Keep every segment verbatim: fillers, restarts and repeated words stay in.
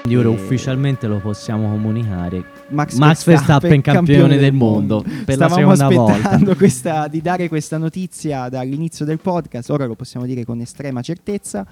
Di ora E- ufficialmente lo possiamo comunicare. Max, Max Verstappen campione del mondo per la Stavamo seconda volta. aspettando questa, di dare questa notizia dall'inizio del podcast, ora lo possiamo dire con estrema certezza.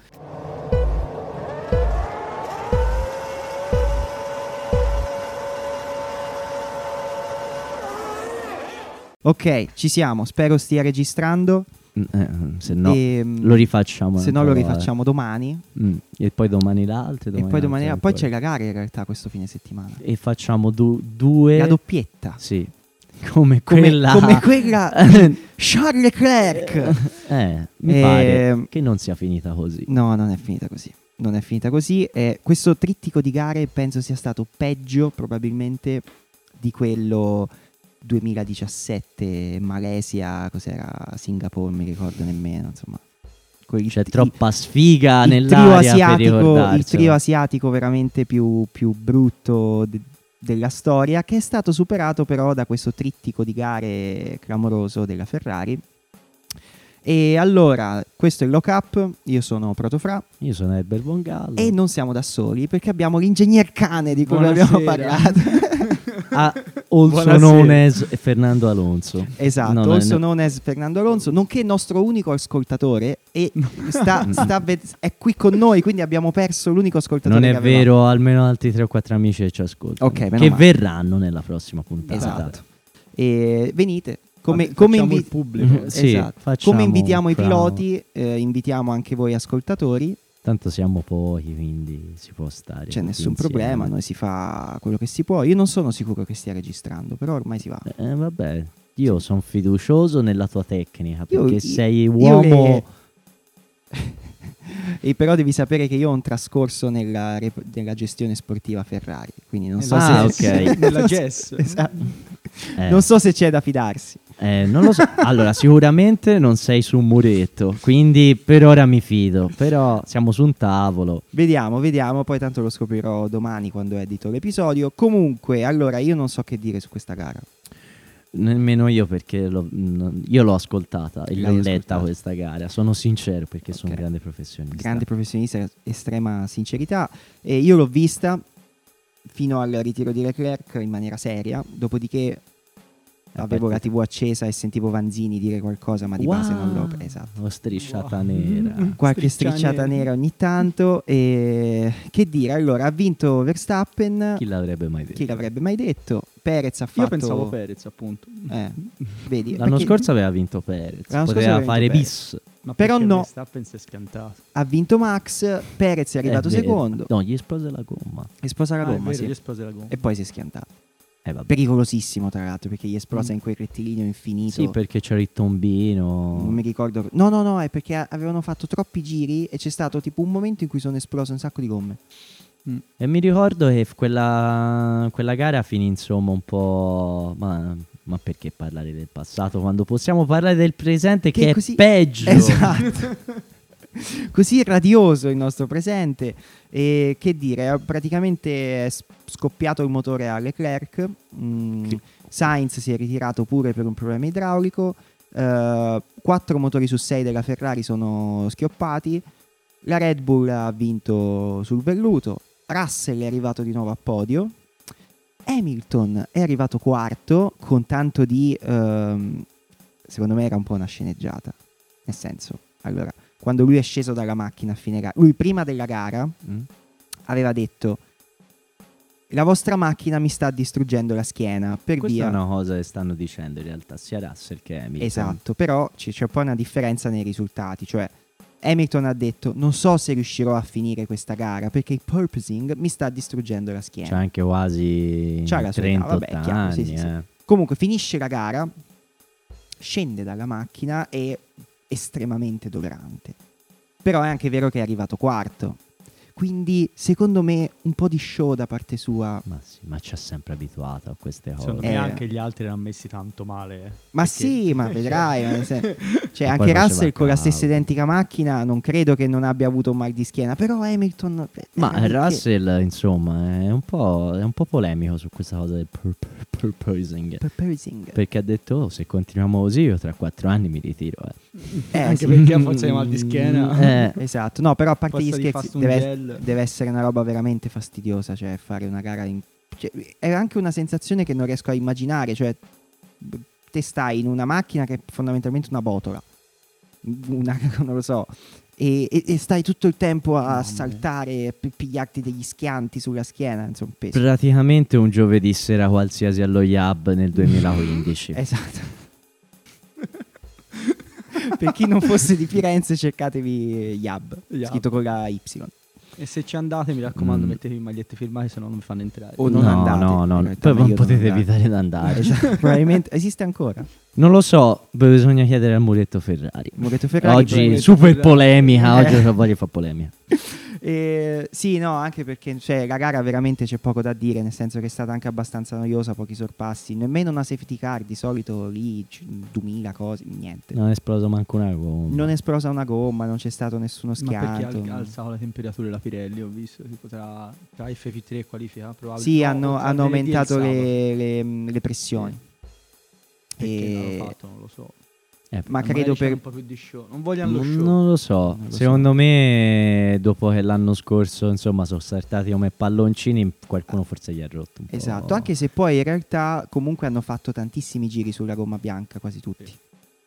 Ok, ci siamo, spero stia registrando. Eh, se no Ehm, lo rifacciamo. Se no lo un'altra rifacciamo domani. volta. Mm, E poi domani l'altro. E poi domani l'altro poi ancora. c'è la gara in realtà questo fine settimana. E facciamo du- due. La doppietta. Sì. Come Come quella. come quella di Charles Leclerc. Eh, mi Ehm, pare che non sia finita così. No, non è finita così. Non è finita così. Eh, questo trittico di gare penso sia stato peggio probabilmente di quello duemiladiciassette Malesia, cos'era? Singapore, mi ricordo nemmeno, insomma. Quel- C'è il- troppa sfiga il trio nell'aria per asiatico, il ricordarselo. trio asiatico veramente più, più brutto de- della storia, che è stato superato però da questo trittico di gare clamoroso della Ferrari. E allora, questo è il lock-up, io sono Protofra Io sono Herbert Von Gallo. e non siamo da soli perché abbiamo l'ingegner cane di cui abbiamo Buonasera. parlato. Ah, also Buonasera. known as Fernando Alonso. Esatto, No, no, also no. known as Fernando Alonso, nonché il nostro unico ascoltatore e sta, sta ve- è qui con noi, quindi abbiamo perso l'unico ascoltatore Non che è avevamo. vero, almeno altri tre o quattro amici che ci ascoltano. Ok, meno che male. verranno nella prossima puntata. Esatto. E venite, come, Vabbè, come facciamo invi- il pubblico. Mhm. Sì, esatto. facciamo Come invitiamo i fra- piloti, eh, invitiamo anche voi ascoltatori, Tanto siamo pochi, quindi si può stare. c'è tutti nessun insieme. problema, noi si fa quello che si può. Io non sono sicuro che stia registrando, però ormai si va. Eh, vabbè, io sono fiducioso nella tua tecnica, Io- perché io- sei io uomo... le- E però devi sapere che io ho un trascorso nella, rep- nella gestione sportiva Ferrari, quindi non so Ah, se ok. Nella non so- Jess. esatto. Eh, Non so se c'è da fidarsi. eh, non lo so. Allora, sicuramente non sei su un muretto, quindi per ora mi fido. Però siamo su un tavolo. Vediamo, vediamo, poi tanto lo scoprirò domani quando edito l'episodio. Comunque, allora io non so che dire su questa gara. Nemmeno io, perché l'ho- non- io l'ho ascoltata e L'hai l'ho letta ascoltata. questa gara. Sono sincero perché sono Ok. un grande professionista. Grande professionista, estrema sincerità. E io l'ho vista fino al ritiro di Leclerc in maniera seria, dopodiché avevo la tivù accesa e sentivo Vanzini dire qualcosa, ma di base non l'ho presa. Esatto. Ho strisciata Wow. nera. Qualche Striscia strisciata nera. nera ogni tanto. E che dire, allora ha vinto Verstappen. Chi l'avrebbe mai detto? Chi l'avrebbe mai detto? Perez ha fatto. Io pensavo Perez, appunto. Eh, vedi, L'anno perché scorso aveva vinto Perez. L'anno scorso Poteva aveva fare vinto bis. Ma Però perché no. Verstappen si è schiantato. ha vinto Max. Perez è arrivato È vero. secondo. No, gli esplose la gomma. Esposa la Ah, è gomma, vero, sì. gli esplose la gomma. E poi si è schiantato. Eh vabbè. Pericolosissimo, tra l'altro, perché gli è esplosa Mm. in quel rettilineo infinito. Sì, perché c'era il tombino. Non mi ricordo. No, no, no, è perché a- avevano fatto troppi giri e c'è stato tipo un momento in cui sono esplose un sacco di gomme. Mm. E mi ricordo che f- quella, quella gara finì insomma un po'... Ma, ma perché parlare del passato quando possiamo parlare del presente che, Che è così- peggio? Esatto. Così radioso il nostro presente. E che dire, praticamente è s- scoppiato il motore a Leclerc. Mm, Che- Sainz si è ritirato pure per un problema idraulico. Eh, quattro motori su sei della Ferrari sono schioppati. La Red Bull ha vinto sul velluto. Russell è arrivato di nuovo a podio. Hamilton è arrivato quarto con tanto di... ehm, secondo me era un po' una sceneggiata. Nel senso, allora, quando lui è sceso dalla macchina a fine gara, lui prima della gara Mm? aveva detto: la vostra macchina mi sta distruggendo la schiena per Questa via... è una cosa che stanno dicendo in realtà sia Russell che Hamilton. Esatto, però c- c'è poi una differenza nei risultati, cioè Hamilton ha detto: non so se riuscirò a finire questa gara perché il purposing mi sta distruggendo la C'ha schiena. anche quasi C'ha la sua età, vabbè, trentotto chiaro, anni. sì, sì, sì. eh. Comunque finisce la gara, scende dalla macchina e estremamente dolorante. Però è anche vero che è arrivato quarto. Quindi, secondo me, un po' di show da parte sua. Ma sì, ma ci ha sempre abituato a queste cose. Secondo Eh. me anche gli altri erano messi tanto male. eh. Ma Perché- sì, ma vedrai. ma se- Cioè, E anche poi faceva Russell con la caldo. stessa identica macchina non credo che non abbia avuto un mal di schiena. Però Hamilton... eh, Ma veramente- Russell, insomma, è un po', è un po' polemico su questa cosa del pur- pur- Purposing. Purposing. Perché ha detto, oh, se continuiamo così io tra quattro anni mi ritiro. Eh. Eh, Anche sì. perché a forza di mal di schiena. Eh, Esatto, no, però a parte gli Forza di scherzi fast un deve, gel. deve essere una roba veramente fastidiosa, cioè fare una gara in... cioè, è anche una sensazione che non riesco a immaginare, cioè te stai in una macchina che è fondamentalmente una botola, una, non lo so, e, e- e stai tutto il tempo a Mamma. saltare, a pi- pigliarti degli schianti sulla schiena, insomma, un peso. praticamente un giovedì sera qualsiasi allo Yab nel duemilaquindici. Esatto. Per chi non fosse di Firenze cercatevi Yab, Yab. scritto con la Y. E se ci andate, mi raccomando, Mm. mettetevi magliette firmate, se no non mi fanno entrare. O non no, andate, no, in no, realtà poi meglio non potete andare. evitare di andare. Esatto, probabilmente esiste ancora. Non lo so, bisogna chiedere al muretto Ferrari. Muretto Ferrari Oggi Muretto super Ferrari. polemica, Eh. oggi ho voglia di fare polemica. Eh, sì, no, anche perché cioè, la gara veramente c'è poco da dire, nel senso che è stata anche abbastanza noiosa, pochi sorpassi, nemmeno una safety car, di solito lì c- duemila cose, niente. Non è esploso manco una gomma. Non è esplosa una gomma, non c'è stato nessuno Ma perché schianto. ha alzato le temperature la Pirelli, ho visto, tipo tra, tra F P tre e qualifica, probabile. Sì, No, hanno, tra hanno venerdì e aumentato sabato. le, le- le pressioni. Perché E- l'hanno fatto, non lo so. Eh, Ma Magari credo c'era per... un po' più di show. Non vogliono lo non, show. non lo so. Non lo Secondo me, dopo che l'anno scorso, insomma, sono saltati come palloncini, qualcuno forse gli ha rotto un po'. Esatto, anche se poi in realtà comunque hanno fatto tantissimi giri sulla gomma bianca, quasi tutti. Sì.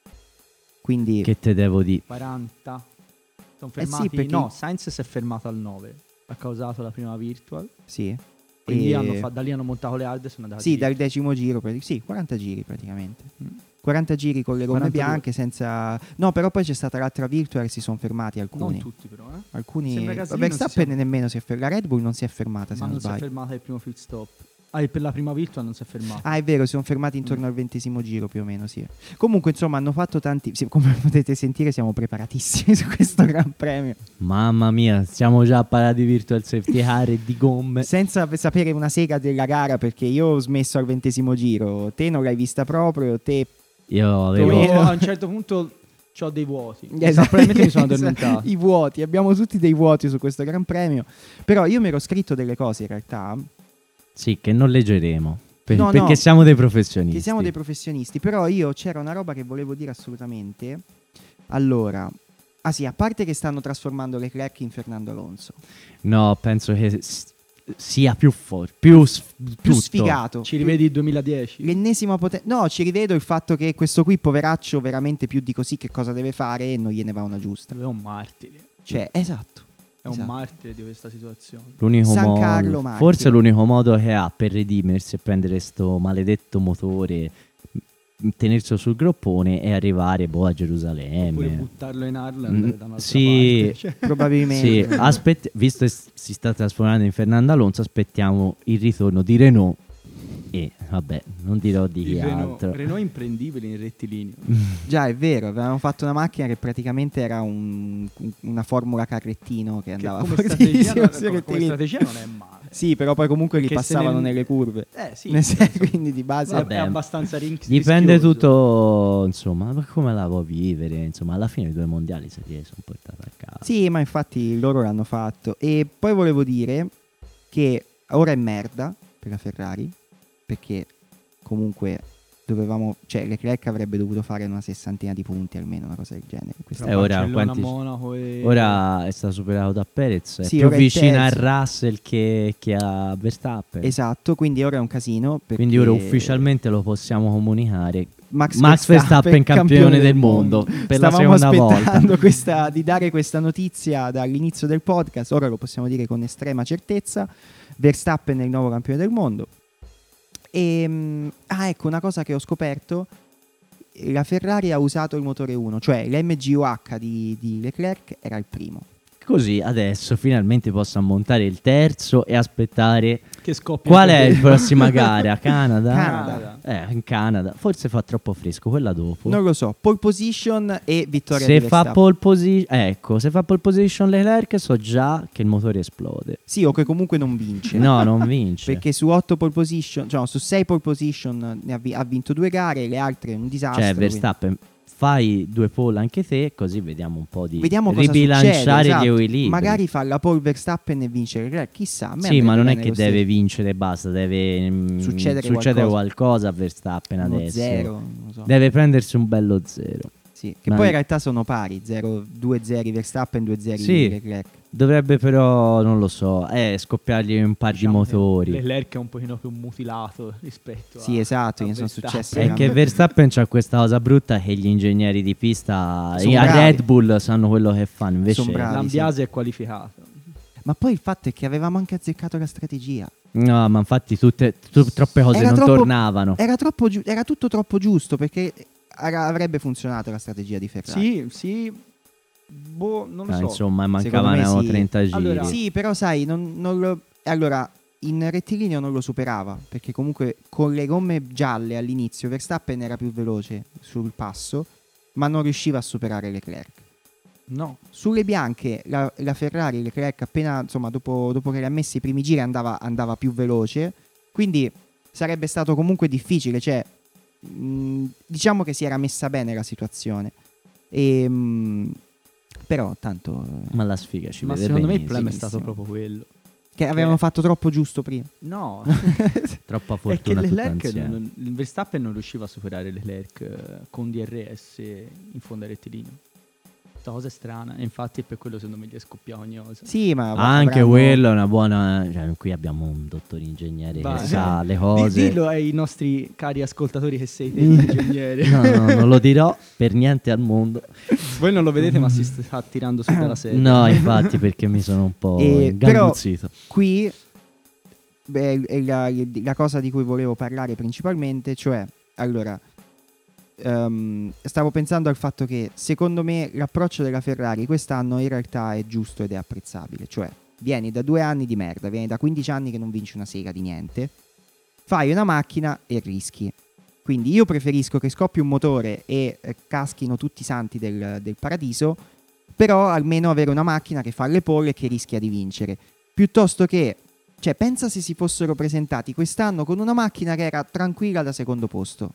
Quindi... Che te devo dire? quaranta. Sono Eh sì, fermati. perché- No, Sainz si è fermato al nove. Ha causato la prima virtual. Sì. Quindi E- hanno fa- da lì hanno montato le hard e sono andati. Sì, dal decimo giro, prati- sì, quaranta giri praticamente. Mm. quaranta giri con le gomme quarantadue. bianche senza... No, però poi c'è stata l'altra virtual e si sono fermati Non alcuni. tutti, però, eh. Alcuni... Sembra che Gasly Vabbè, non si Verstappen sia- nemmeno si è fermata. La Red Bull non si è fermata, se Ma non non si è sbaglio. fermata il primo pit stop. Ah, e per la prima virtual non si è fermata. Ah, è vero, si sono fermati intorno al ventesimo giro più o meno, sì. Comunque, insomma, hanno fatto tanti... sì, come potete sentire, siamo preparatissimi su questo Gran Premio. Mamma mia, stiamo già a parlare di virtual safety car e di gomme. Senza sapere una sega della gara, perché io ho smesso al ventesimo giro. Te non l'hai vista proprio, te... Io avevo... Come- Io a un certo punto ho dei vuoti. Esatto. Probabilmente mi sono Esatto. addormentato. I vuoti, abbiamo tutti dei vuoti su questo Gran Premio. Però io mi ero scritto delle cose in realtà, Sì, che non leggeremo. Per- No, no, perché siamo dei professionisti. che siamo dei professionisti. Però io c'era una roba che volevo dire assolutamente. Allora, ah sì, a parte che stanno trasformando Leclerc in Fernando Alonso, No, penso che s- sia più forte, più, s- più tutto. sfigato. Ci rivedi il duemiladieci? L'ennesima potenza. No, ci rivedo il fatto che questo qui, poveraccio, veramente più di così che cosa deve fare e non gliene va una giusta. È un martire. Cioè, esatto. È un Esatto. martire di questa situazione. L'unico San modo, Carlo Martire. forse l'unico modo che ha per redimersi e prendere sto maledetto motore, m- tenerselo sul groppone e arrivare boh, a Oppure Gerusalemme. buttarlo in Ireland Mm, e andare da un'altra sì. parte. Cioè, Probabilmente. Sì, aspett- visto che s- si sta trasformando in Fernando Alonso, aspettiamo il ritorno di Renault e vabbè, non dirò di chi il Renault, altro. Renault imprendibile in rettilineo. Già, è vero, avevamo fatto una macchina che praticamente era un- un- una formula carrettino che Che andava come strategia, fortissimo non, sui come, come rettilini. strategia non è male. Sì, però poi comunque li Perché se passavano ne- nelle curve. Eh sì, Nel senso, insomma, quindi di base... è- Vabbè, è abbastanza rinc- Dipende rischioso. tutto, insomma, ma come la vuoi vivere? Insomma, alla fine i due mondiali se li sono portati a casa. Sì, ma infatti loro l'hanno fatto. E poi volevo dire che ora è merda per la Ferrari, perché comunque dovevamo, cioè Leclerc avrebbe dovuto fare una sessantina di punti almeno, una cosa del genere. Questa- Eh, Tra ora Barcellona, quanti- Monaco e... Ora è stato superato da Perez, è Sì, più ora è vicino a terzo. Russell che, che a Verstappen. Esatto, quindi ora è un casino. Quindi ora perché ufficialmente lo possiamo comunicare. Max, Max Verstappen campione del mondo per la Stavamo seconda volta. aspettando questa, di dare questa notizia dall'inizio del podcast, ora lo possiamo dire con estrema certezza. Verstappen è il nuovo campione del mondo. E, mm, ah, ecco una cosa che ho scoperto: la Ferrari ha usato il motore uno, cioè l'M G U H di, di Leclerc era il primo. Così adesso finalmente posso ammontare il terzo e aspettare. Che scoppia Qual è per la prossima gara? Canada? Canada. Eh, in Canada. Forse fa troppo fresco, quella dopo. Non lo so, pole position e vittoria Se di fa Verstappen. pole position, ecco, se fa pole position Leclerc so già che il motore esplode. Sì, o che comunque non vince. No, non vince. Perché su otto pole position, cioè no, su sei pole position ne ha, vi- ha vinto due gare, le altre un disastro. Cioè, quindi- Verstappen fai due pole anche te, così vediamo un po' di Vediamo cosa ribilanciare succede, gli esatto. equilibri. Magari fa la pole Verstappen e vince Leclerc, chissà. A me Sì, ma non è andrebbe che bene lo deve stesso. vincere e basta, deve mm, Succedere succedere qualcosa. qualcosa a Verstappen Uno adesso. zero, non lo so. Deve prendersi un bello zero. Sì, che Ma- poi in realtà sono pari, zero, due zeri Verstappen, due zeri Sì. Leclerc. Dovrebbe però, non lo so, eh, scoppiargli un par Diciamo di che motori. L'Leclerc è un pochino più mutilato rispetto Sì, a esatto, a ne sono Verstappen. successe È che veramente. Verstappen c'ha questa cosa brutta che gli ingegneri di pista Sono a bravi. Red Bull sanno quello che fanno, invece Sono bravi. L'Ambiase è qualificato. Ma poi il fatto è che avevamo anche azzeccato la strategia. no, ma infatti tutte tu- troppe cose Era non troppo- tornavano. Era, troppo giu- era tutto troppo giusto perché era- avrebbe funzionato la strategia di Ferrari. Sì, sì. Boh, non lo Ah, so. insomma, Secondo mancavano me sì. trenta giri. Allora, Sì, però sai, non, non lo... Allora, in rettilineo non lo superava, perché comunque con le gomme gialle all'inizio Verstappen era più veloce sul passo, ma non riusciva a superare Leclerc. No. Sulle bianche la, la Ferrari, Leclerc appena, insomma, dopo, dopo che le ha messi i primi giri andava, andava più veloce, quindi sarebbe stato comunque difficile, cioè mh, diciamo che si era messa bene la situazione. E, mh, però tanto eh, Ma la sfiga ci Ma vede secondo me il benissimo. problema è stato proprio quello. che avevano fatto troppo giusto prima. No. Troppa È che fortuna tutta Leclerc insieme. non, Verstappen non riusciva a superare Leclerc eh, con D R S in fondo al rettilineo. Questa cosa è strana, e infatti per quello secondo me gli è scoppiato ogni cosa. Sì, ma Anche avranno- quello è una buona. Cioè, qui abbiamo un dottor ingegnere Vai. che sa le Di- cose. Dillo ai nostri cari ascoltatori che sei te ingegnere. No, no, non lo dirò per niente al mondo. Voi non lo vedete, ma si sta tirando su dalla sedia. No, infatti, perché mi sono un po' Eh, però- ingannuzzito. Qui beh, è la, la cosa di cui volevo parlare principalmente, cioè, allora, ehm, stavo pensando al fatto che secondo me l'approccio della Ferrari quest'anno in realtà è giusto ed è apprezzabile, cioè vieni da due anni di merda, vieni da quindici anni che non vinci una sega di niente, fai una macchina e rischi. Quindi io preferisco che scoppi un motore e eh, caschino tutti i santi del, del paradiso, però almeno avere una macchina che fa le pole e che rischia di vincere, piuttosto che, cioè, pensa se si fossero presentati quest'anno con una macchina che era tranquilla da secondo posto.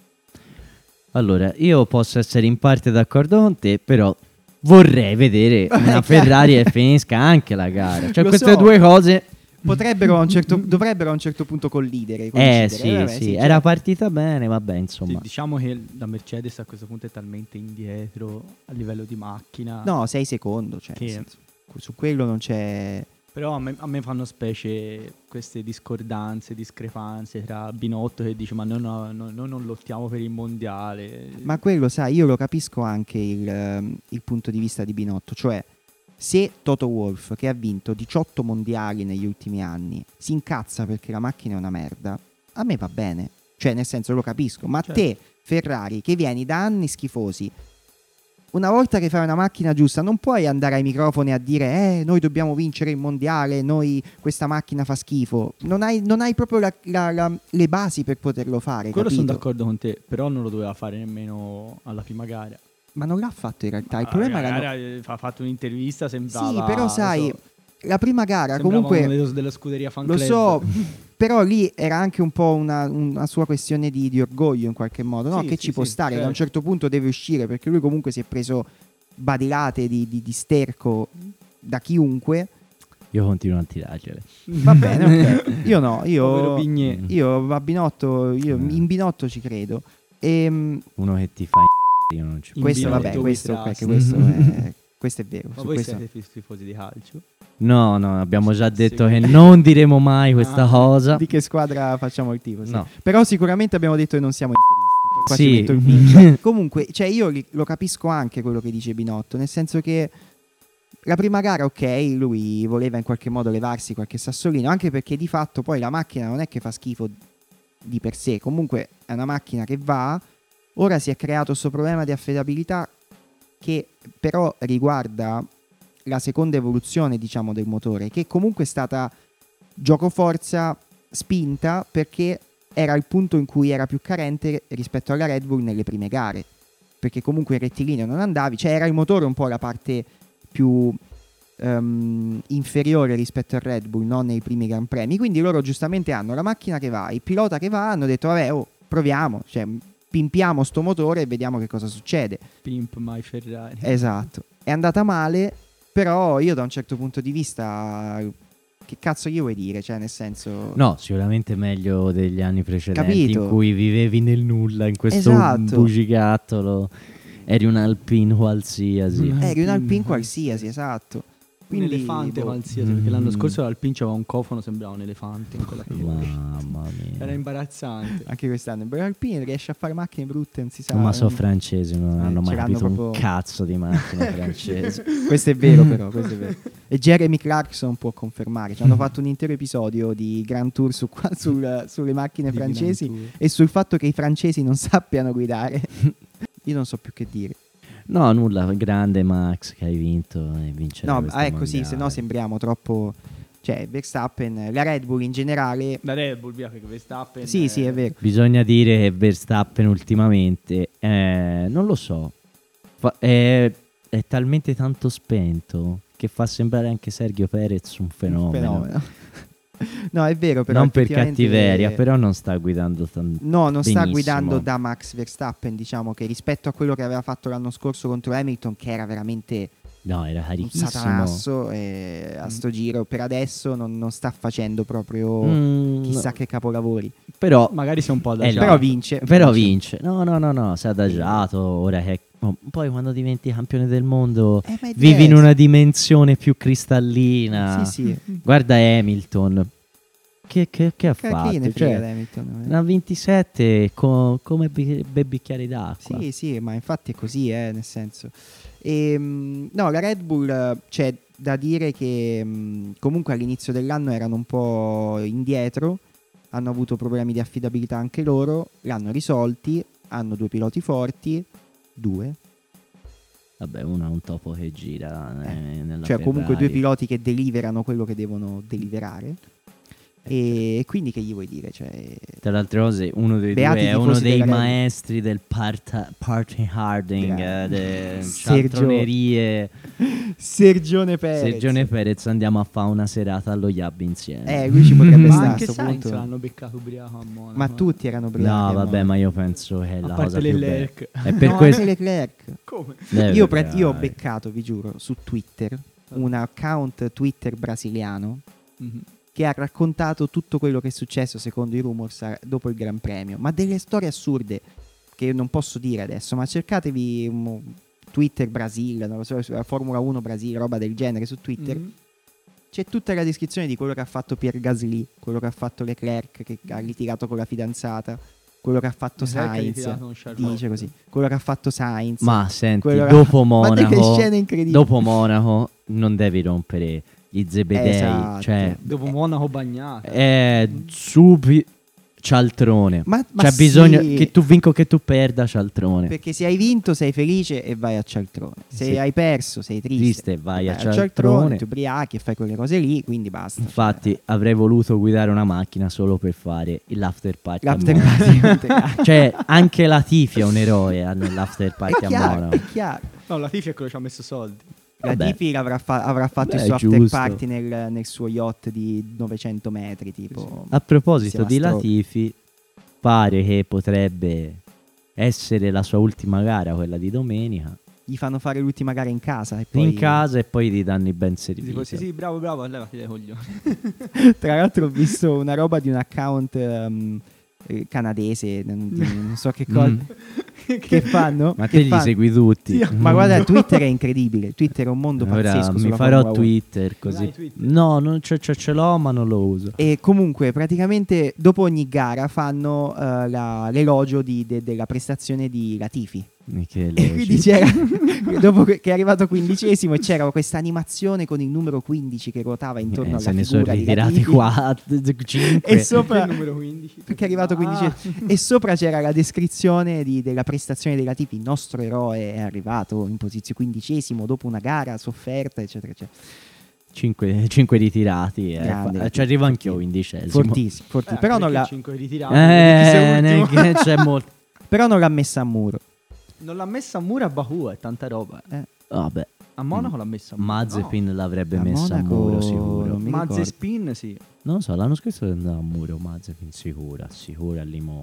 Allora, io posso essere in parte d'accordo con te, però vorrei vedere una Ferrari che finisca anche la gara. Cioè, Lo queste so. due cose. Potrebbero a un certo, dovrebbero a un certo punto collidere. Eh coincidere. sì, Vabbè, sì, cioè, era partita bene, vabbè, Sì, insomma. diciamo che la Mercedes a questo punto è talmente indietro a livello di macchina. No, sei secondo, cioè, Che- nel senso, su quello non c'è... Però a me, a me fanno specie queste discordanze, discrepanze tra Binotto che dice ma noi, no- no- noi non lottiamo per il mondiale. Ma quello, sai, io lo capisco anche il, ehm, il punto di vista di Binotto, cioè se Toto Wolff, che ha vinto diciotto mondiali negli ultimi anni, si incazza perché la macchina è una merda, a me va bene, cioè nel senso lo capisco, ma Certo. te Ferrari che vieni da anni schifosi, una volta che fai una macchina giusta non puoi andare ai microfoni a dire eh noi dobbiamo vincere il mondiale, noi questa macchina fa schifo, non hai, non hai proprio la- la- la- le basi per poterlo fare, Quello sono capito? d'accordo con te, però non lo doveva fare nemmeno alla prima gara. Ma non l'ha fatto in realtà, il Ah, problema la era... gara, eh, ha fatto un'intervista, sembrava... Sì, però non sai, so, la prima gara sembrava comunque... uno dello- della scuderia fan Lo club. so, però lì era anche un po' una, una sua questione di, di orgoglio in qualche modo, no? Sì, Che sì, ci può sì, stare, che a un certo. certo punto deve uscire, perché lui comunque si è preso badilate di, di- di sterco da chiunque. Io continuo a tirargliele. Va bene, ok. Io no, Povero io, Pignè. io a Binotto, io Eh. in Binotto ci credo. E Uno che ti fa i io non ci In questo, Binotto vabbè, we questo, trust. perché questo è, questo è vero. Ma su voi questo- siete tif- tifosi di calcio? No, no, abbiamo già Sì, detto sì. che non diremo mai questa Ah, cosa. Di che squadra facciamo il tifo? Sì. No. Però sicuramente abbiamo detto che non siamo interisti. Qua Sì. ci metto il bip. Comunque, cioè io li- lo capisco anche quello che dice Binotto, nel senso che la prima gara, ok, lui voleva in qualche modo levarsi qualche sassolino, anche perché di fatto poi la macchina non è che fa schifo di per sé, comunque è una macchina che va. Ora si è creato questo problema di affidabilità che però riguarda la seconda evoluzione, diciamo, del motore, che comunque è stata gioco forza spinta perché era il punto in cui era più carente rispetto alla Red Bull nelle prime gare, perché comunque in rettilineo non andavi, cioè era il motore un po' la parte più ehm, inferiore rispetto al Red Bull, non nei primi Gran Premi, quindi loro giustamente hanno la macchina che va, il pilota che va, hanno detto vabbè, oh, proviamo, cioè pimpiamo sto motore e vediamo che cosa succede. Pimp my Ferrari. Esatto. È andata male, però io da un certo punto di vista, che cazzo gli vuoi dire? Cioè, nel senso... No, sicuramente meglio degli anni precedenti Capito? in cui vivevi nel nulla, in questo Esatto. bugigattolo. Eri un Alpine qualsiasi. Mm. Eri un Alpine qualsiasi, esatto. Un Quindi, elefante boh, qualsiasi, perché l'anno Mm. scorso l'Alpine c'aveva un cofano, sembrava un elefante in quella Mamma mia. Era imbarazzante. anche quest'anno. Però Alpine riesce a fare macchine brutte, non si sa. Ma so eh. francesi, non Eh, hanno mai ce l'hanno capito un proprio- cazzo di macchina francese. Questo è vero, però. Questo è vero. E Jeremy Clarkson può confermare. Ci hanno fatto un intero episodio di Grand Tour su qua- sul- sulle macchine Di francesi Grand Tour. e sul fatto che i francesi non sappiano guidare. Io non so più che dire. No, nulla, grande Max che hai vinto e vincerà No, questo ah, è così, mondiale. se no sembriamo troppo. Cioè, Verstappen, la Red Bull in generale. La Red Bull, via, perché Verstappen Sì, sì, è vero. Bisogna dire che Verstappen ultimamente, eh, non lo so, fa- è, è talmente tanto spento che fa sembrare anche Sergio Perez un fenomeno. Fenomeno. No, è vero, però. Non per effettivamente- cattiveria, però non sta guidando tanto. No, non sta benissimo. guidando da Max Verstappen, diciamo che rispetto a quello che aveva fatto l'anno scorso contro Hamilton, che era veramente No, era un carichissimo. satanasso, e a sto giro per adesso non, non sta facendo proprio Mm, chissà che capolavori. Però, magari sei un po' Eh, adagiato. Però vince. però vince. No, no, no, no, si è adagiato. Ora che oh, poi quando diventi campione del mondo Eh, ma è vivi in diverso. una dimensione più cristallina. Sì, sì. Guarda Hamilton. Che, che, che ha Che fatto? ne frega Cioè, di Hamilton, eh. ne ha ventisette co- come bi- bei bicchieri d'acqua. Sì, sì, ma infatti è così, eh, nel senso. Ehm, no, la Red Bull, eh, c'è da dire che mh, comunque all'inizio dell'anno erano un po' indietro, hanno avuto problemi di affidabilità anche loro, l'hanno risolti, hanno due piloti forti, due, Vabbè, uno è un topo che gira eh, nella cioè comunque due Ferrari. piloti che deliverano quello che devono deliverare. E quindi che gli vuoi dire? Cioè, Tra le altre cose, uno dei Beati due i è uno tifosi dei della Red Bull. maestri del part- party harding, eh, Grande. de Sergio- cialtronerie. Sergione Perez. Sergione Perez, andiamo a fare una serata allo Yab insieme. Eh, lui ci potrebbe Ma stare a anche sto Sainz punto. l'hanno beccato ubriaco a Monaco. Ma tutti erano ubriachi. No, a vabbè, Monaco. ma io penso che è A la parte cosa più bella. Leclerc. È per No, questo. anche Leclerc. Come? Eh, Io, vabbè, pre- io ho dai. beccato, vi giuro, su Twitter un account Twitter brasiliano Mhm. che ha raccontato tutto quello che è successo secondo i rumors a- dopo il Gran Premio, ma delle storie assurde che non posso dire adesso, ma cercatevi un Twitter Brasil, non lo so, la Formula uno Brasil, roba del genere su Twitter. Mhm. C'è tutta la descrizione di quello che ha fatto Pierre Gasly, quello che ha fatto Leclerc che ha litigato con la fidanzata, quello che ha fatto Leclerc ha Sainz, litigato con Charles dice Leclerc. così, quello che ha fatto Sainz. Ma senti, quello che- dopo Ma delle Monaco, scene incredibili. dopo Monaco non devi rompere gli zebedei, Esatto. cioè Dopo Monaco bagnata. è subi cialtrone. Ma, ma C'è sì, bisogno che tu vinco che tu perda cialtrone. perché se hai vinto sei felice e vai a cialtrone, se Sì. hai perso sei triste, Triste, vai a Vai cialtrone. ti ubriachi e fai quelle cose lì, quindi basta. Infatti avrei voluto guidare una macchina solo per fare l'after party a L'after Monaco. party Cioè anche la Tifi è un eroe nell'after party è a chiaro, Monaco. è chiaro. No, la Tifi è quello che ci ha messo soldi. La Vabbè. Tifi avrà, fa- avrà fatto Beh, il suo after giusto. party nel, nel suo yacht di novecento metri, tipo. A proposito Insieme di a Stroll. Latifi, pare che potrebbe essere la sua ultima gara, quella di domenica, Gli fanno fare l'ultima gara in casa e poi in casa e poi gli danno i ben servizi. Tipo, sì, sì, bravo, bravo, levati dai coglioni. Tra l'altro ho visto una roba di un account ehm, eh, canadese, non, di- non so che cosa, Mm. che fanno. Ma che te li fanno- segui tutti. Sì, ma guarda, Twitter è incredibile. Twitter è un mondo Ora pazzesco. mi sulla farò Formula uno. Twitter Non così. hai Twitter? No, non ce, ce- ce l'ho, ma non lo uso. E comunque, praticamente, dopo ogni gara fanno eh, la- l'elogio di- de- della prestazione di Latifi. E che E quindi elogi. c'era, dopo che che è arrivato quindicesimo, e c'era questa animazione con il numero quindici che ruotava intorno Eh, alla se ne sono figura di ritirati Latifi. quattro, cinque. E sopra, Il numero quindici. perché è arrivato Ah. quindicesimo. E sopra c'era la descrizione di- della prestazione dei Latifi. Il nostro eroe è arrivato in posizione quindicesimo dopo una gara sofferta, eccetera, eccetera. cinque, cinque ritirati. Eh. Grande. Fa- Ci arrivo anch'io quindicesimo. Fortissimo, fortissimo. Eh, però, non perché l'ha, cinque ritirati. Eh, ne- che c'è molto. però non l'ha messa a muro. Non l'ha messa a muro a Baku, è tanta roba. Eh. Vabbè, A Monaco l'ha messa a muro. Mazepin l'avrebbe A messa Monaco a muro sicuro. non mi No. ricordo. Mazepin, sì. Non lo so, l'anno scorso andava a muro Mazepin sicura, sicura al limone.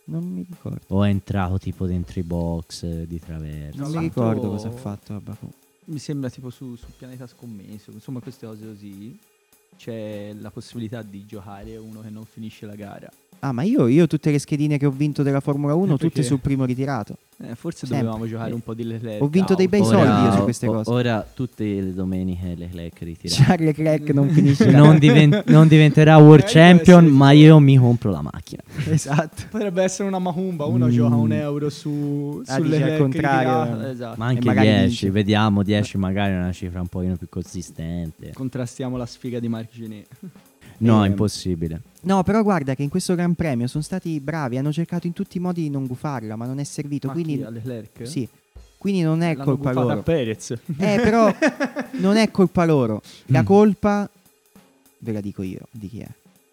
Non mi ricordo. O è entrato tipo dentro i box eh, di traverso? Non No, mi l'altro- ricordo cosa ha fatto a Baku. Mi sembra tipo su, su Pianeta Scommesso, insomma queste cose così. C'è la possibilità di giocare uno che non finisce la gara. Ah, ma io, io tutte le schedine che ho vinto della Formula uno, Perché? tutte sul primo ritirato. Eh, forse Sempre. dovevamo giocare un po' di Leclerc. Ho vinto dei bei auto. soldi io su queste o- cose. Ora tutte le domeniche Leclerc ritirato. Charles Leclerc non finisce la non, diven- non diventerà world Eh, champion, deve essere ma tipo- io mi compro la macchina. Esatto. Potrebbe essere una Mahumba, uno Mm. gioca un euro su, Ah, sulle dici al Leclerc contrario. ritirato. Esatto. Ma anche magari dieci, vince. vediamo dieci magari è una cifra un pochino più consistente. Contrastiamo la sfiga di Marc Gené. No, è Ehm, impossibile. No, però guarda che in questo Gran Premio sono stati bravi, hanno cercato in tutti i modi di non gufarla, ma non è servito. Ma Quindi chi, a Leclerc? sì. Quindi non è L'hanno colpa buffata loro. a Perez. Eh, però non è colpa loro. La Mm. colpa, ve la dico io, di chi è?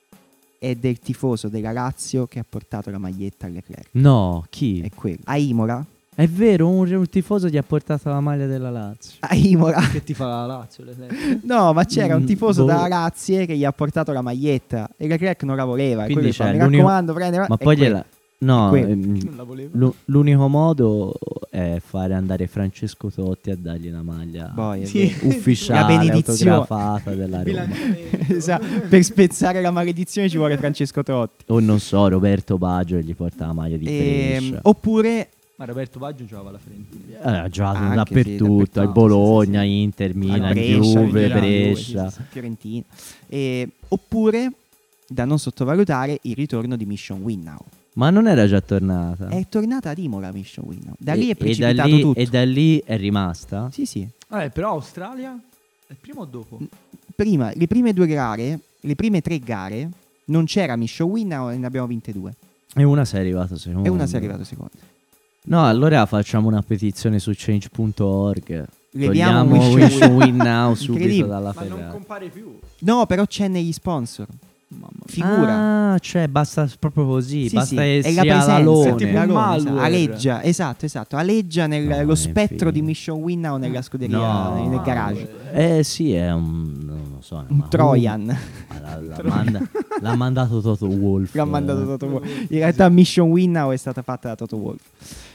È del tifoso della Lazio che ha portato la maglietta a Leclerc. No, chi? È quello. A Imola. È vero, un, un tifoso gli ha portato la maglia della Lazio. A Imola. Che ti fa la Lazio, Leclerc? No, ma c'era un Mm, tifoso boh. dalla Lazio che gli ha portato la maglietta e Leclerc non la voleva. E Quindi quello gli fa, c'è mi l'unico- raccomando, prendila. Ma È poi quello. gliela... No, È quello. ehm, Non la voleva. l'u- l'unico modo è fare andare Francesco Totti a dargli la maglia Poi è Sì. vero. ufficiale, La benedizione. autografata della Roma. Bilanciamento. Esatto, per spezzare la maledizione ci vuole Francesco Totti. O non so, Roberto Baggio che gli porta la maglia di Ehm, Brescia. oppure Ma Roberto Baggio giocava alla Fiorentina. Eh, ha giocato Anche, sì, dappertutto, al dappertutto, Bologna, sì, sì, sì. Inter, al Milan, Brescia, Juve, Milan, Brescia. sì, sì, sì, Fiorentina. E- oppure da non sottovalutare il ritorno di Mission Winnow. Ma non era già tornata? È tornata ad Imola Mission Winnow. Da E- lì è e, da precipitato lì, tutto. e da lì è rimasta? Sì, sì. Eh, però Australia è prima o dopo? Prima, le prime due gare, le prime tre gare, non c'era Mission Winnow e ne abbiamo vinte due. E una sei arrivato secondo. E una si è arrivata seconda. No, allora facciamo una petizione su change punto org. Leviamo Togliamo Wish Wish Win Now subito Incredibile. dalla Ma non Ferrari. compare più. No, però c'è negli sponsor. Mamma mia. Figura. Ah, cioè basta proprio così, Sì, basta sì, che è la sia presenza, l'alone. tipo la un lona, malware. aleggia, esatto, esatto, aleggia nel No, lo è spettro di infinito. Mission Winnow nella scuderia, No. nel garage. Eh sì, è un... non lo so. Un ma- Trojan. Ma l'ha, l'ha manda- l'ha mandato Toto Wolff. L'ha mandato eh. Toto Wolff. In realtà Mission Winnow è stata fatta da Toto Wolff.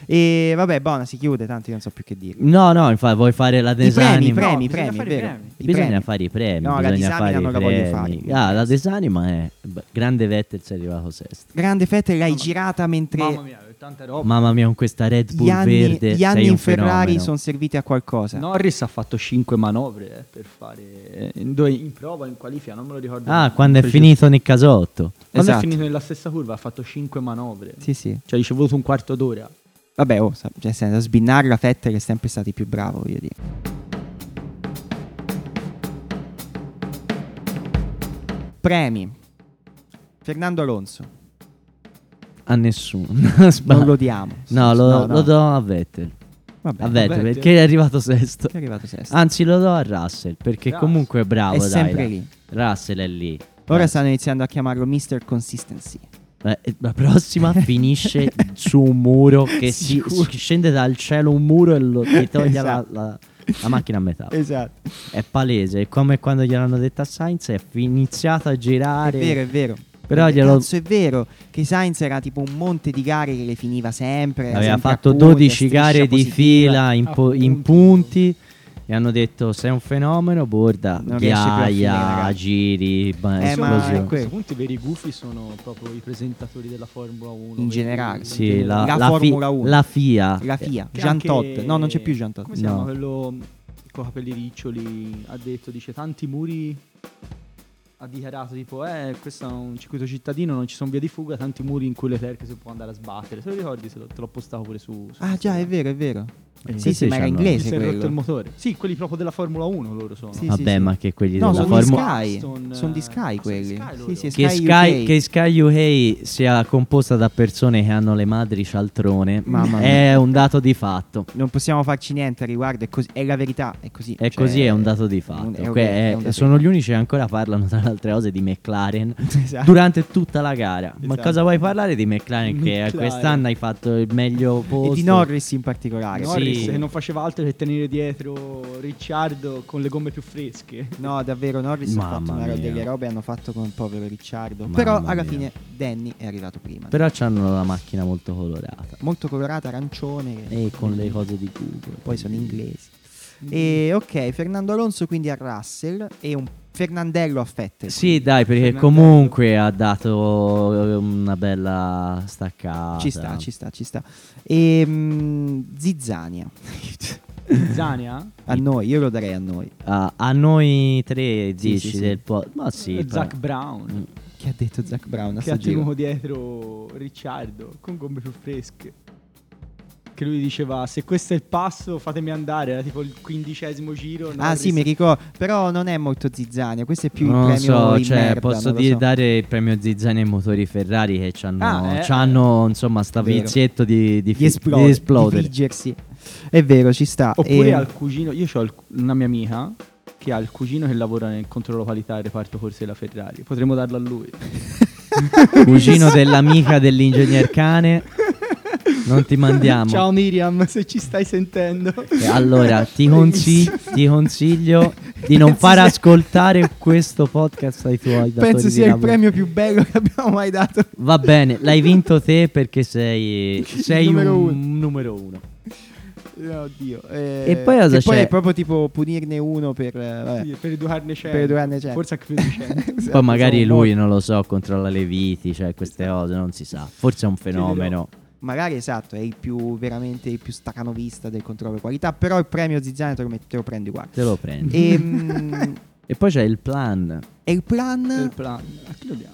E vabbè, buona, si chiude, tanti non so più che dire. No, no, infatti vuoi fare la I design. premi, premi, No, bisogna premi, fare è i vero. premi. I Bisogna premi. fare i premi. No, la bisogna disamina fare non i la voglio premi. fare. Ah, la desanima è beh, grande Vettel sei arrivato sesto. Grande Vettel l'hai Mamma- girata mentre Mamma mia, tanta roba. Mamma mia, con questa Red Bull gli anni, verde gli anni sei in un Ferrari fenomeno. sono serviti a qualcosa. Norris ha fatto cinque manovre eh, per fare in, dove- in prova, in qualifica, non me lo ricordo. Ah, quando è Preciso. finito nel casotto. Quando Esatto. è finito nella stessa curva ha fatto cinque manovre. Sì, sì. Cioè, ci è voluto un quarto d'ora. Vabbè, oh, sa- cioè, senza sbinnarla, Vettel è sempre stato il più bravo, voglio dire. Premi. Fernando Alonso. A nessuno. Non lo diamo. No, lo, no, no. lo do a Vettel. Vabbè, A Vettel, Vettel. perché è arrivato sesto. è arrivato sesto. Anzi, lo do a Russell, perché Russell. comunque è bravo, è dai. sempre dai. lì. Russell è lì. Ora Eh, stanno iniziando a chiamarlo mister Consistency. eh, la prossima finisce su un muro che si, Sicuro. si scende dal cielo un muro e lo, gli toglie Esatto. la, la- la macchina a metà. Esatto. È palese, è come quando gliel'hanno detto a Sainz, è fi- iniziato a È girare. vero, è vero. Però Eh, glielo- Cazzo, è vero che Sainz era tipo un monte di gare che le finiva sempre. Aveva sempre a fatto punti, a dodici striscia gare di positiva. fila in, po- A in punti e hanno detto sei un fenomeno, borda, Non riesce più a finire, ghiaia, ragazzi. giri, ba- Eh, ma esplosioni. è A quello. questo punto i veri gufi sono proprio i presentatori della Formula uno. In quelli- generale. in Sì, generale. la, La la fi- Formula uno. la F I A. La F I A, Che Jean anche- Todt. No, non c'è più Jean Todt. Come si chiama No. quello con capelli riccioli? Ha detto, dice, tanti muri. Ha dichiarato tipo, eh, questo è un circuito cittadino, non ci sono vie di fuga, tanti muri in cui Leclerc si può andare a sbattere. Se lo ricordi, se lo- te l'ho postato pure su. su Ah, già, è Instagram. vero, è vero. Eh, Sì, sì, sì, ma era c'hanno- inglese Si è rotto il quello. motore. Sì, quelli proprio della Formula uno loro sono. Sì, Vabbè, sì. ma che quelli No, della sono di Formula Sky. Aston, Sono di eh, Sky ah, sono di quelli. Sky loro. Sì, sì, è Che Sky, Sky, U K. che Sky U K sia composta da persone che hanno le madri cialtrone Mamma mia. è un dato di fatto. Non possiamo farci niente a riguardo, è, così, è la verità, è così. È Cioè, così, è un dato di fatto. un- è un- Que- è è- un dato sono di gli unici che ancora parlano tra le altre cose di McLaren Esatto. durante tutta la gara. Ma Esatto. cosa vuoi parlare di McLaren che McLaren. quest'anno hai fatto il meglio E posto? di Norris in particolare. Norris Norris che non faceva altro che tenere dietro Ricciardo con le gomme più fresche. No, davvero, Norris ha fatto Mamma una, mia. delle robe hanno fatto con il povero Ricciardo. Mamma Però alla mia. fine Danny è arrivato prima. Però c'hanno la macchina molto colorata. Molto colorata, arancione. E con le cose di Google. Poi sono inglesi. E ok, Fernando Alonso quindi a Russell e un Fernandello a Vettel. Sì, dai, perché Fernandello. comunque ha dato una bella staccata. Ci sta, ci sta, ci sta. E mm, Zizzania. Zania? A noi, io lo darei a noi. Ah, a noi tre Sì, dici sì, sì. del po'. Ma sì, Zach poi- Brown Che ha detto Zach Brown a che ha sto giro? tenuto dietro Ricciardo con gomme più fresche. Che lui diceva: se questo è il passo fatemi andare. Era tipo il quindicesimo giro. Ah Norris- sì, mi ricordo. Però non è molto Zizzania. Questo è più non il lo premio so, in cioè, merda, posso non lo dire so. dare il premio Zizzania ai motori Ferrari che c'hanno, Ah, eh, c'hanno insomma sta Vero. vizietto di, di, Di fi- esplodere, di esplodere. di friggersi. È vero, ci sta. Oppure E- al cugino. Io ho una mia amica che ha il cugino che lavora nel controllo qualità del reparto corse della Ferrari. Potremmo darlo a lui. Cugino dell'amica dell'ingegner cane. Non ti mandiamo. Ciao Miriam, se ci stai sentendo. E allora ti, consig- ti consiglio di non Penso far sia- ascoltare questo podcast ai tuoi datori Penso di sia il lavoro. premio più bello che abbiamo mai dato. Va bene, l'hai vinto te perché sei, sei numero un numero uno. Oddio. Eh, E poi cosa che poi c'è? è proprio tipo punirne uno per, eh, vabbè, Sì, per educarne cento. per educarne cento. Forse anche più di cento. Esatto, Poi magari sono lui, molti. non lo so, controlla le viti, cioè queste cose, non si sa. Forse è un fenomeno. Magari esatto, è il più veramente il più stacanovista del controllo qualità. Però il premio Zizzania te lo, met- te lo prendi uguale. Te lo prendi. E, mm, E poi c'è il plan. e il plan? Il plan. A chi lo diamo?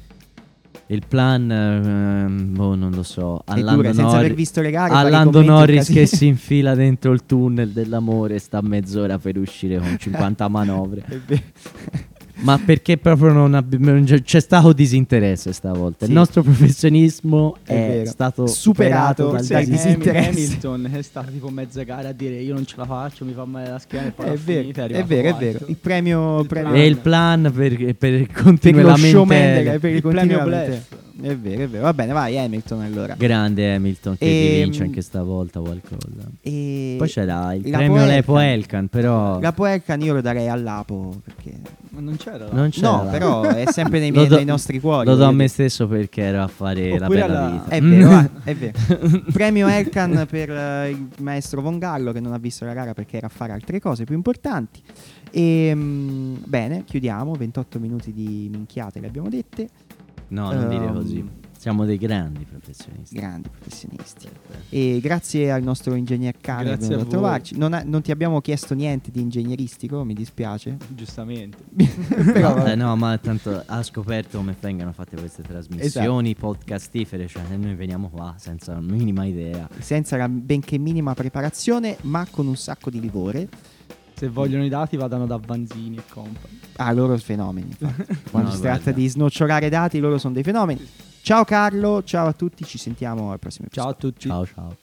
Il plan, ehm, boh, non lo so. È A dura, Lando, senza Norri- aver visto le gare. a fare i Lando commenti Norris un che casino. si infila dentro il tunnel dell'amore, sta mezz'ora per uscire con cinquanta manovre. È vero. Ma perché proprio non abbiamo, c'è stato disinteresse stavolta. Sì. Il nostro professionismo È è, vero. stato Superato superato dal dal Ham- disinteresse. Hamilton è stato tipo mezza gara a dire io non ce la faccio, mi fa male la schiena e poi È l'ha vero, finita, è arrivato vero, è quarto. vero. Il premio, Il premio E il plan per, per per continue lo showman della- lamentele. per i Il continui premio lamentele. bluff. È vero, è vero. Va bene, vai Hamilton allora. Grande Hamilton che Ehm, ti vince anche stavolta qualcosa. E Poi c'era il la premio Poelcan. Lepo Elkan, però La Poelcan io lo darei all'Apo perché Ma non c'era là. non c'era. no, però è sempre nei, Lo miei, do- nei nostri cuori. Lo do a voglio me dire. stesso perché ero a fare la Oppure bella alla- vita. È vero, ah, è vero. Premio Elkan per eh, il maestro Von Gallo che non ha visto la gara perché era a fare altre cose più importanti. E mm, bene, chiudiamo. ventotto minuti di minchiate le abbiamo dette. No, non dire Ehm, così. Siamo dei grandi professionisti. Grandi professionisti. E grazie al nostro ingegner Cane Grazie che è venuto a a voi. trovarci. Non, ha- non ti abbiamo chiesto niente di ingegneristico, mi dispiace. Giustamente. Però, No, vabbè. eh, no, ma tanto ha scoperto come vengono fatte queste trasmissioni Esatto. podcastifere, cioè noi veniamo qua senza la minima idea. Senza la benché minima preparazione, ma con un sacco di livore. Se vogliono i dati vadano da Vanzini e compagni. Ah, loro fenomeni. infatti. Quando No, si tratta guarda. di snocciolare dati, loro sono dei fenomeni. Ciao Carlo, ciao a tutti, ci sentiamo al prossimo episodio. Ciao a tutti. Ciao ciao.